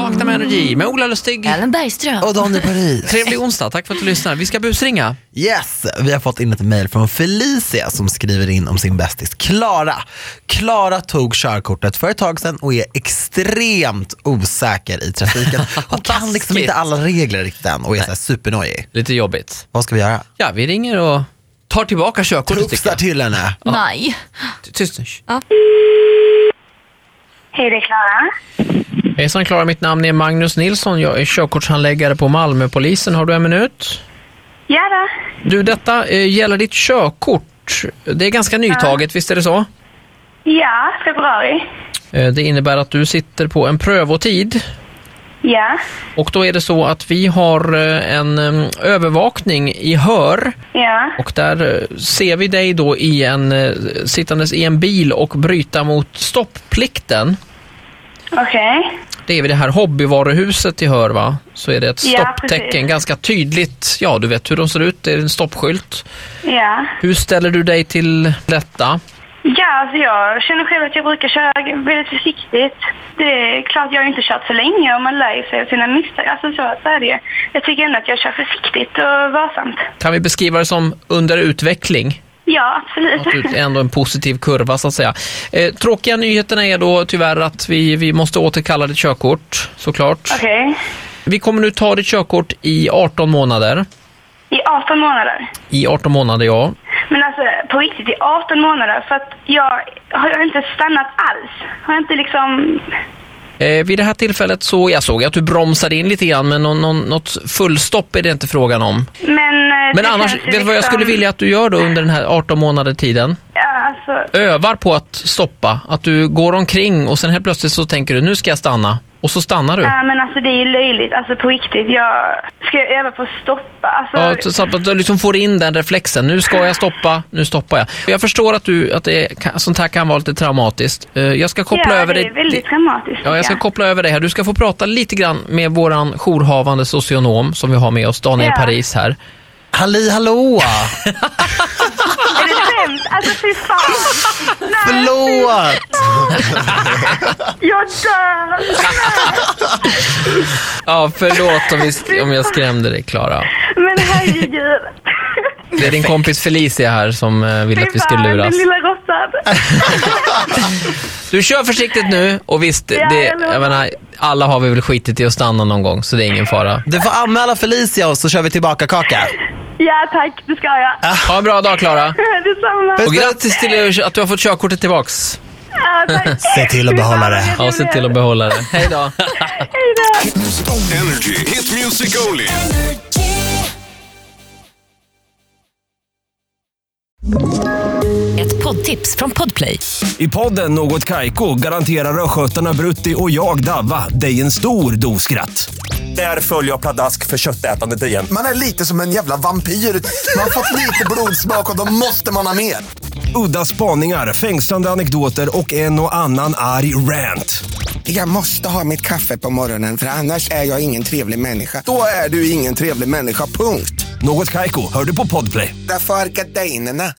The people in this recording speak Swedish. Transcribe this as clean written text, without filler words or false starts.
Vakna med Energy med Ola Lustig, Ellen Bergström och Daniel Paris. Trevlig onsdag, tack för att du lyssnar. Vi ska busringa. Yes, vi har fått in ett mejl från Felicia som skriver in om sin bästis Klara. Klara tog körkortet för ett tag sedan och är extremt osäker i trafiken. Hon kan liksom inte alla regler riktigt än och är så här supernojig. Lite jobbigt. Vad ska vi göra? Ja, vi ringer och tar tillbaka körkortet. Trupsar till henne. Ja. Nej. Tyst. Hej, det är Klara. Hejsan Klara, mitt namn är Magnus Nilsson. Jag är körkortshandläggare på Malmöpolisen. Har du en minut? Ja då. Du, detta gäller ditt körkort. Det är ganska nytaget, visst är det så? Ja, februari. Det innebär att du sitter på en prövotid. Ja. Och då är det så att vi har en övervakning i Hör. Ja. Och där ser vi dig då sittandes i en bil och bryta mot stoppplikten. Okej. Det är vid det här hobbyvaruhuset i Hör, va? Så är det ett Ja, stopptecken, precis. ganska tydligt. Ja, du vet hur de ser ut. Det är en stoppskylt. Ja. Hur ställer du dig till detta? Ja, alltså jag känner själv att jag brukar köra väldigt försiktigt. Det är klart jag har inte kört så länge och man lär sig av sina misstag. Alltså så är det. Jag tycker ändå att jag kör försiktigt och varsamt. Kan vi beskriva det som under utveckling? Ja, absolut. Att det är ändå en positiv kurva, så att säga. Tråkiga nyheterna är då tyvärr att vi måste återkalla ditt körkort, såklart. Okej. Vi kommer nu ta ditt körkort i 18 månader. I 18 månader? I 18 månader, ja. Men alltså på riktigt i 18 månader för att jag har inte stannat alls. Har jag inte liksom... Vid det här tillfället så jag såg att du bromsade in lite grann, men något fullstopp är det inte frågan om. Men annars, vet du vad jag skulle vilja att du gör då under den här 18 månader tiden? Ja, alltså... Övar på att stoppa. Att du går omkring och sen helt plötsligt så tänker du, nu ska jag stanna. Och så stannar du. Ja, men alltså det är ju löjligt. Alltså på riktigt, jag ska öva på att stoppa. Alltså... Ja, så att du liksom får in den reflexen. Nu ska jag stoppa, nu stoppar jag. Jag förstår att sånt här kan vara lite traumatiskt. Jag ska koppla över dig. Ja, det är väldigt traumatiskt. Ja, jag ska koppla över dig här. Du ska få prata lite grann med våran jourhavande socionom som vi har med oss, Daniel Paris här. Halli hallå! Är det skämt? Alltså fy fan. Nej, Förlåt! jag dör. Ja, förlåt om jag skrämde dig, Klara. Men herregud. Det är din kompis Felicia här som vill att vi ska luras. Din lilla råttan. Du kör försiktigt nu och visst, jag menar, alla har vi väl skitit i att stanna någon gång, så det är ingen fara. Du får anmäla Felicia och så kör vi tillbaka kaka. Ja tack, det ska jag. Ha en bra dag, Klara. Detsamma. Och grattis till att du har fått körkortet tillbaks. Ja, tack. Se till att behålla det. Ja, se till att behålla det. Hej då. Hej då. Energy Hit Music Only. Ett poddtips från Podplay. I podden Något Kaiko garanterar röskötarna Brutti och jag Davva dig en stor doskratt. Där följer jag pladask för köttätandet igen. Man är lite som en jävla vampyr. Man har fått lite blodsmak och då måste man ha mer. Udda spaningar, fängslande anekdoter och en och annan arg rant. Jag måste ha mitt kaffe på morgonen för annars är jag ingen trevlig människa. Då är du ingen trevlig människa, punkt. Något Kaiko, hör du på Podplay. Därför är gardinerna.